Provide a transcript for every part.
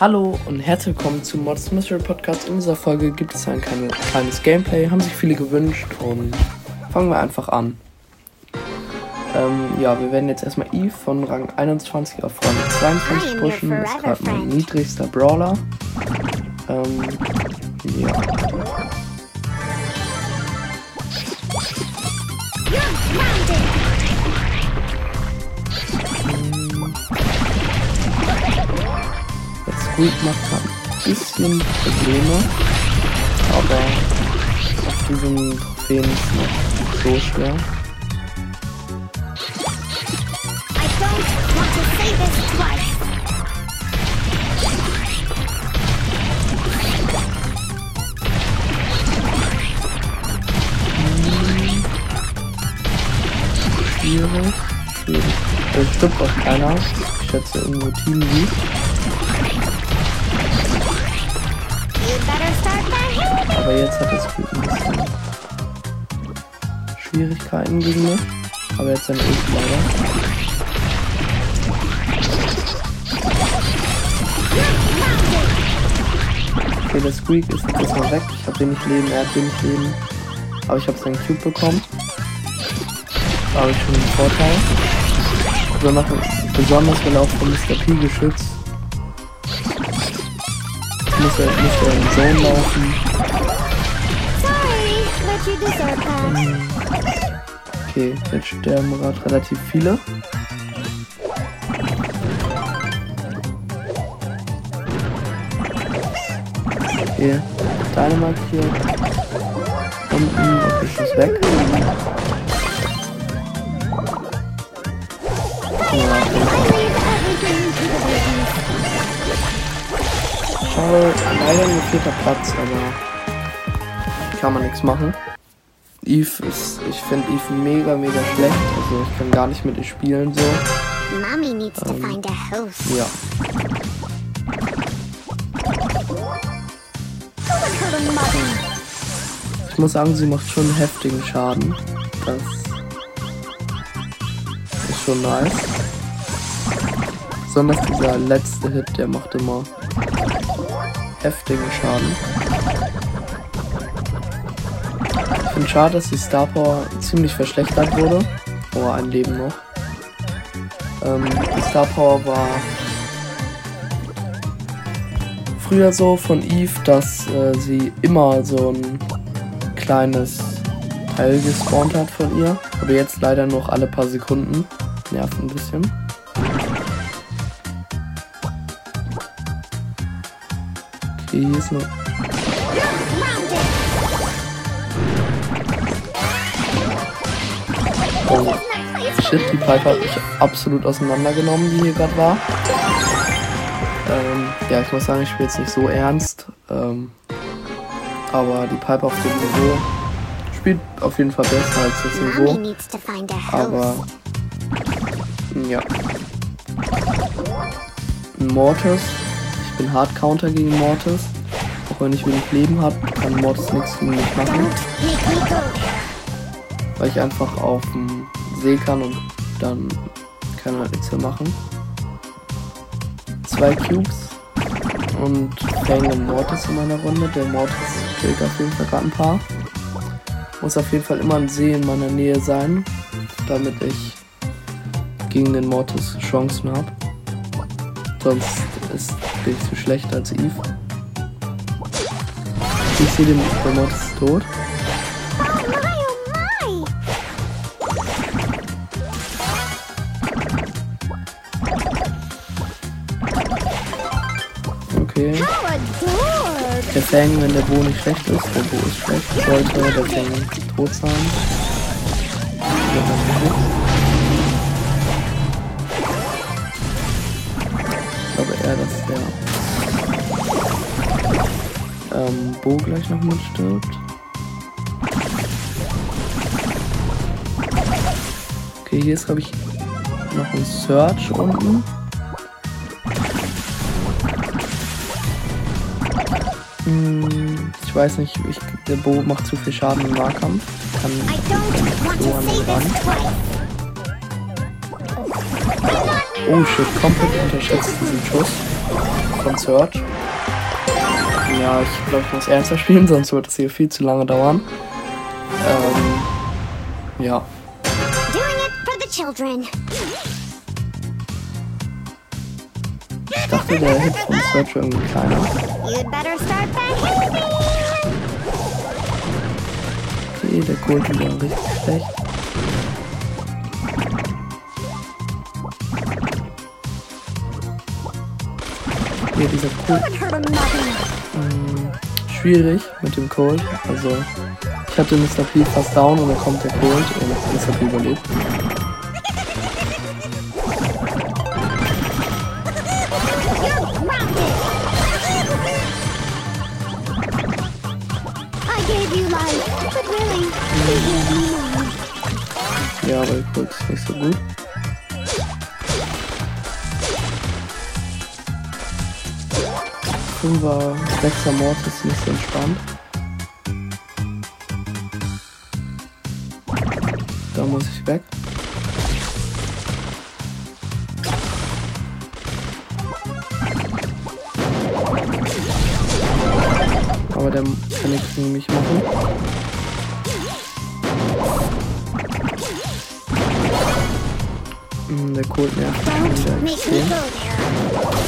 Hallo und herzlich willkommen zum Mods Mystery Podcast. In dieser Folge gibt es ein kleines Gameplay, haben sich viele gewünscht und fangen wir einfach an. Wir werden jetzt erstmal Eve von Rang 21 auf Rang 22 pushen. Das ist gerade mein niedrigster Brawler. Squeak macht ein bisschen Probleme, aber auf diesen Trophäen ist es noch so schwer. Schwierig. Es stimmt auch keiner. Ich schätze irgendwo Team Lead. Aber jetzt hat es ein bisschen Schwierigkeiten gegen mich. Aber jetzt ein Ult leider. Okay, der Squeak ist jetzt erstmal weg. Ich habe wenig Leben, er hat wenig Leben. Aber ich habe seinen Cube bekommen. Da habe ich schon einen Vorteil. Besonders weil er auch von Mr. P geschützt. Muss er in Zone laufen. Okay, jetzt sterben gerade relativ viele. Okay, Dynamite hier. Unten, okay, ich muss weg. Schade, leider nur 4. Platz, aber kann man nichts machen. Ich finde Eve mega schlecht, also ich kann gar nicht mit ihr spielen so. Mommy needs to find a host. Ja. Ich muss sagen, sie macht schon heftigen Schaden. Das ist schon nice. Besonders dieser letzte Hit, der macht immer heftigen Schaden. Ich finde schade, dass die Star Power ziemlich verschlechtert wurde. Oh, ein Leben noch. Die Star Power war früher so von Eve, dass sie immer so ein kleines Teil gespawnt hat von ihr. Aber jetzt leider noch alle paar Sekunden. Nervt ein bisschen. Okay, hier ist noch. Oh, shit, die Piper hat mich absolut auseinandergenommen, die hier gerade war. Ja, ich muss sagen, ich spiele jetzt nicht so ernst. Aber die Piper auf dem Niveau spielt auf jeden Fall besser als das Niveau. Aber ja. Mortis. Ich bin Hard-Counter gegen Mortis. Auch wenn ich wenig Leben habe, kann Mortis nichts gegen mich machen. Weil ich einfach auf dem See kann und dann kann er nichts mehr machen. 2 Cubes und Fang und Mortis in meiner Runde. Der Mortis killt auf jeden Fall gerade ein paar. Muss auf jeden Fall immer ein See in meiner Nähe sein, damit ich gegen den Mortis Chancen habe. Sonst bin ich zu schlecht als Eve. Ich sehe den Mortis ist tot. Okay. Der Fang, wenn der Bo nicht schlecht ist, der Bo ist schlecht, sollte der Fang tot sein. Ich glaube eher, dass der Bo gleich noch mit stirbt. Okay, hier ist glaube ich noch ein Search unten. Ich weiß nicht, der Bo macht zu viel Schaden im Nahkampf. Kann so an den ran. Oh shit, komplett unterschätzt diesen Schuss. von Search. Ja, ich glaube, ich muss ernster spielen, sonst wird es hier viel zu lange dauern. Ja. Doing it for the children. Ich dachte, der Hit von Search irgendwie kleiner. You'd better start behaving. Okay, der Colt wieder richtig schlecht. Hier dieser Colt. Would hurt a mother. Schwierig mit dem Colt. Also ich hatte Mr. P fast down und dann kommt der Colt und Mr. P überlebt. You're grounded. I gave you life, but really, you gave me more. Ja, aber der Colt ist nicht so gut. Fünfer, 6er Mord ist nicht so entspannt. Da muss ich weg. Aber der kann nichts gegen mich machen. Der Colt nervt mich Don't wieder make me extrem. go there.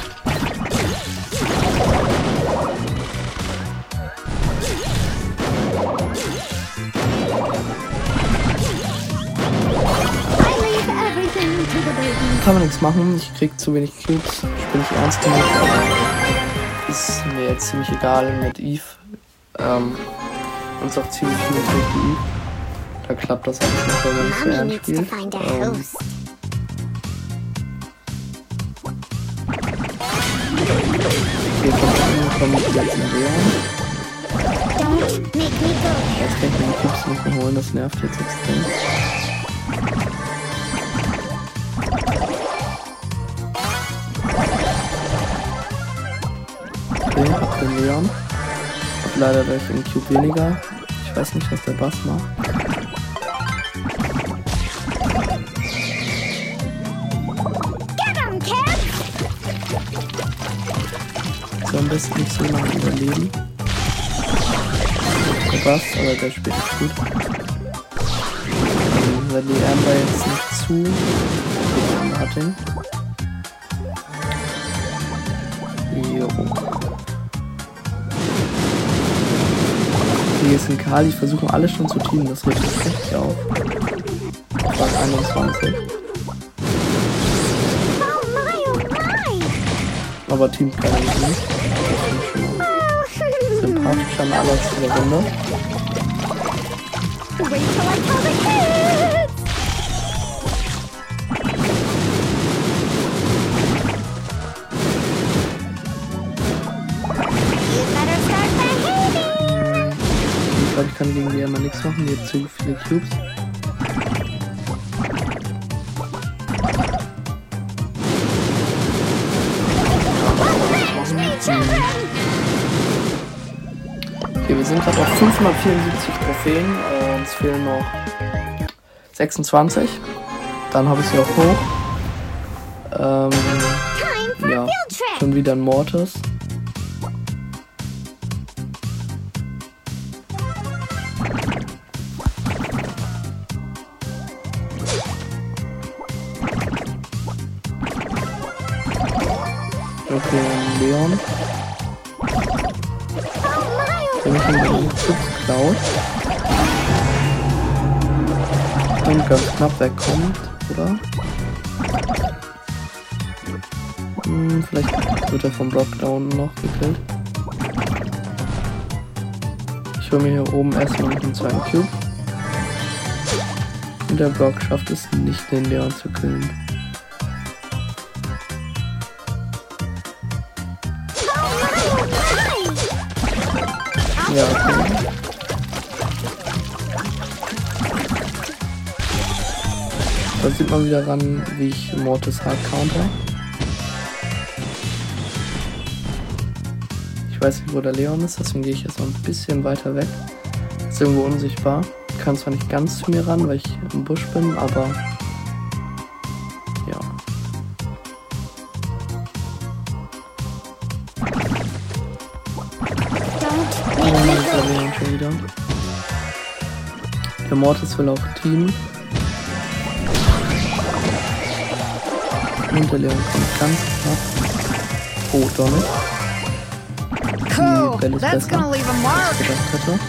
I leave everything to the baby. Kann man nichts machen, ich krieg zu wenig Cubes, spiele ich ernst genug, aber ist mir jetzt ziemlich egal mit Eve. Und ist auch ziemlich niedrig die Eve. Da klappt das alles noch, wenn man nicht so Mommy ernst needs to spielt. find a host. Hier kommt jetzt ein Leon. Don't make me go there. Jetzt kann ich mir die Cubes nicht mehr holen, das nervt jetzt extrem. Okay, hab den Leon. Hab leider durch den Cube weniger. Ich weiß nicht, was der Bass macht. Get 'em, kids! So am besten nicht so lange überleben. Der Bass, aber der spielt nicht gut. Weil die Amber jetzt nicht zu Cutting. Jo. Hier ist ein Kali, versuchen alle schon zu teamen, das regt mich richtig auf. Platz 21. Oh my! Aber teamt keiner mit mir. Das finde ich schon mal sympathisch an aller zu der Runde. Wait till I tell the kids! You better start behaving! Ich glaube, ich kann gegen die immer nichts machen, die hat zu viele Cubes. Okay, wir sind gerade auf 574 Trophäen. Uns fehlen noch 26. Dann habe ich sie auch hoch. Time for Ja, a field trip! schon wieder ein Mortis. Okay, ein Leon. Der mich in den Schutz klaut. Und ganz knapp wegkommt, oder? Vielleicht wird er vom Block da unten noch gekillt. Ich hole mir hier oben erstmal noch einen zweiten Cube. Und der Block schafft es nicht, den Leon zu killen. Ja, okay. Da sieht man wieder ran, wie ich Mortis hart counter. Ich weiß nicht, wo der Leon ist, deswegen gehe ich jetzt noch ein bisschen weiter weg. Ist irgendwo unsichtbar. Kann zwar nicht ganz zu mir ran, weil ich im Busch bin, aber ja. schon wieder. Der Mortis will auch Team. Und der Leon kommt ganz knapp. Oh, doch nicht. Die Belle ist besser, als ich gedacht hätte.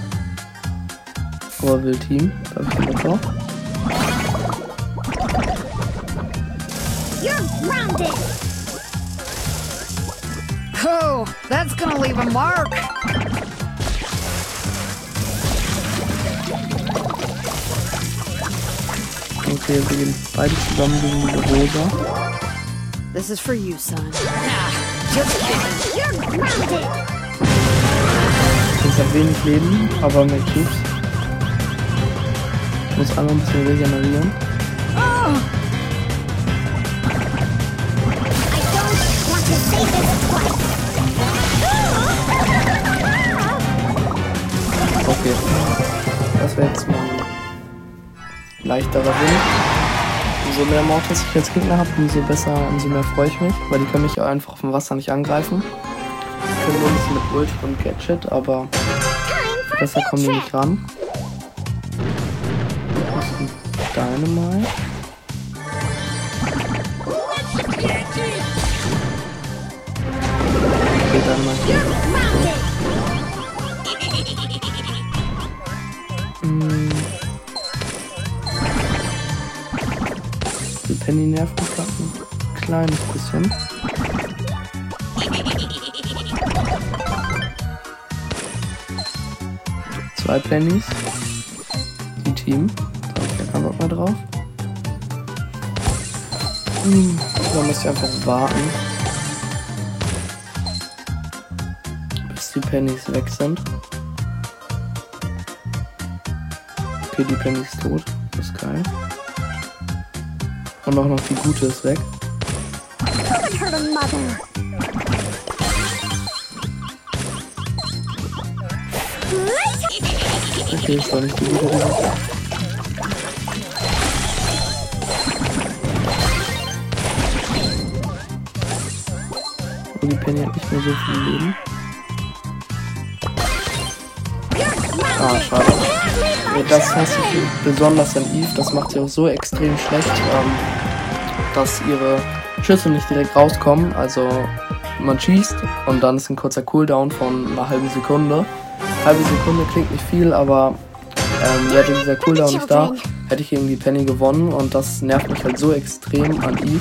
Aber will Team. Da hab ich Bock drauf. Oh, that's gonna leave a mark. Okay, wir gehen beide zusammen gegen die Rosa. This is for you, son. Just kidding. You're grounded. Ich habe wenig Leben, aber mehr Cubes. Ich muss einmal ein bisschen regenerieren. I don't want to say this twice. Okay. Das wäre jetzt mal ein leichterer Win. Umso mehr Mortis ich als Gegner habe, umso besser, umso mehr freue ich mich, weil die können mich auch einfach auf dem Wasser nicht angreifen. Die können nur ein bisschen mit Ulti und Gadget, aber besser kommen die nicht ran. Das ist ein Dynamite. Okay, Dynamite. Die Penny nervt mich gerade ein kleines bisschen. Zwei Pennys. Die Team. Da hab ich keinen Bock mehr drauf. Da müsst ihr einfach warten, bis die Pennys weg sind. Okay, die Penny ist tot. Das ist geil. Und auch noch die gute ist weg. Couldn't hurt a mother. Okay, das war nicht die gute. Und die Penny hat nicht mehr so viel Leben. Ah, schade. Das hasse ich besonders an Eve. Das macht sie auch so extrem schlecht, dass ihre Schüsse nicht direkt rauskommen. Also man schießt und dann ist ein kurzer Cooldown von einer halben Sekunde. Halbe Sekunde klingt nicht viel, aber wäre dieser Cooldown nicht da, hätte ich gegen die Penny gewonnen und das nervt mich halt so extrem an Eve.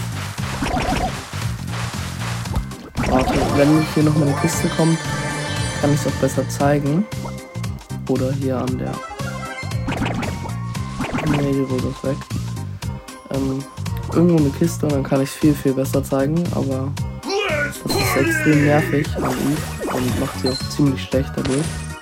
Warte, wenn hier noch mal eine Kiste kommt, kann ich es auch besser zeigen. Oder hier an der... Ne, die Rose ist weg. Irgendwo eine Kiste und dann kann ich es viel, viel besser zeigen, aber das ist extrem nervig an Eve und macht sie auch ziemlich schlecht dadurch.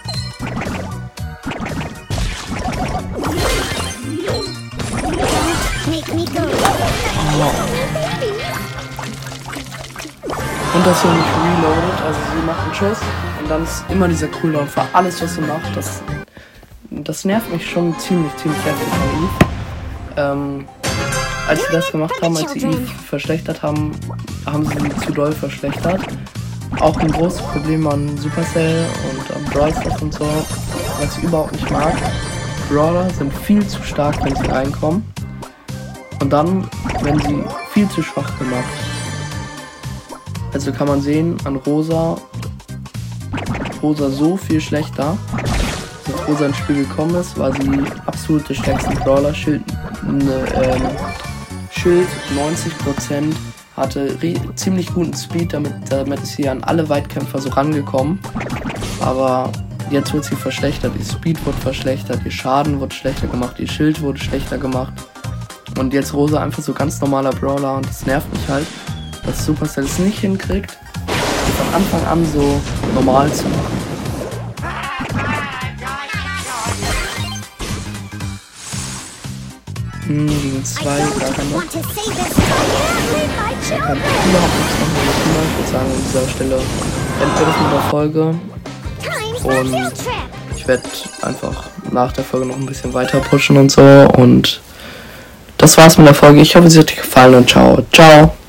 Und das hier nicht reloaded, also sie macht einen Schuss und dann ist immer dieser Cooldown für alles, was sie macht. Das nervt mich schon ziemlich heftig an Eve. Als sie das gemacht haben, als sie Eve verschlechtert haben, haben sie zu doll verschlechtert. Auch ein großes Problem an Supercell und an Brawl Stars und so, was ich überhaupt nicht mag. Brawler sind viel zu stark, wenn sie reinkommen. Und dann, wenn sie viel zu schwach gemacht. Also kann man sehen, an Rosa so viel schlechter. Als Rosa ins Spiel gekommen ist, war sie absolut der stärkste Brawler. Schild 90%, hatte ziemlich guten Speed, damit ist sie an alle Weitkämpfer so rangekommen. Aber jetzt wird sie verschlechtert, ihr Speed wurde verschlechtert, ihr Schaden wurde schlechter gemacht, ihr Schild wurde schlechter gemacht. Und jetzt Rosa einfach so ganz normaler Brawler und das nervt mich halt, dass Supercell es nicht hinkriegt, von Anfang an so normal zu machen. Gegen zwei, da kann noch. Ich kann überhaupt nichts machen, ich würde sagen, an dieser Stelle endet das mit der Folge. Und ich werde einfach nach der Folge noch ein bisschen weiter pushen und so. Und das war's mit der Folge. Ich hoffe, sie hat euch gefallen und ciao. Ciao.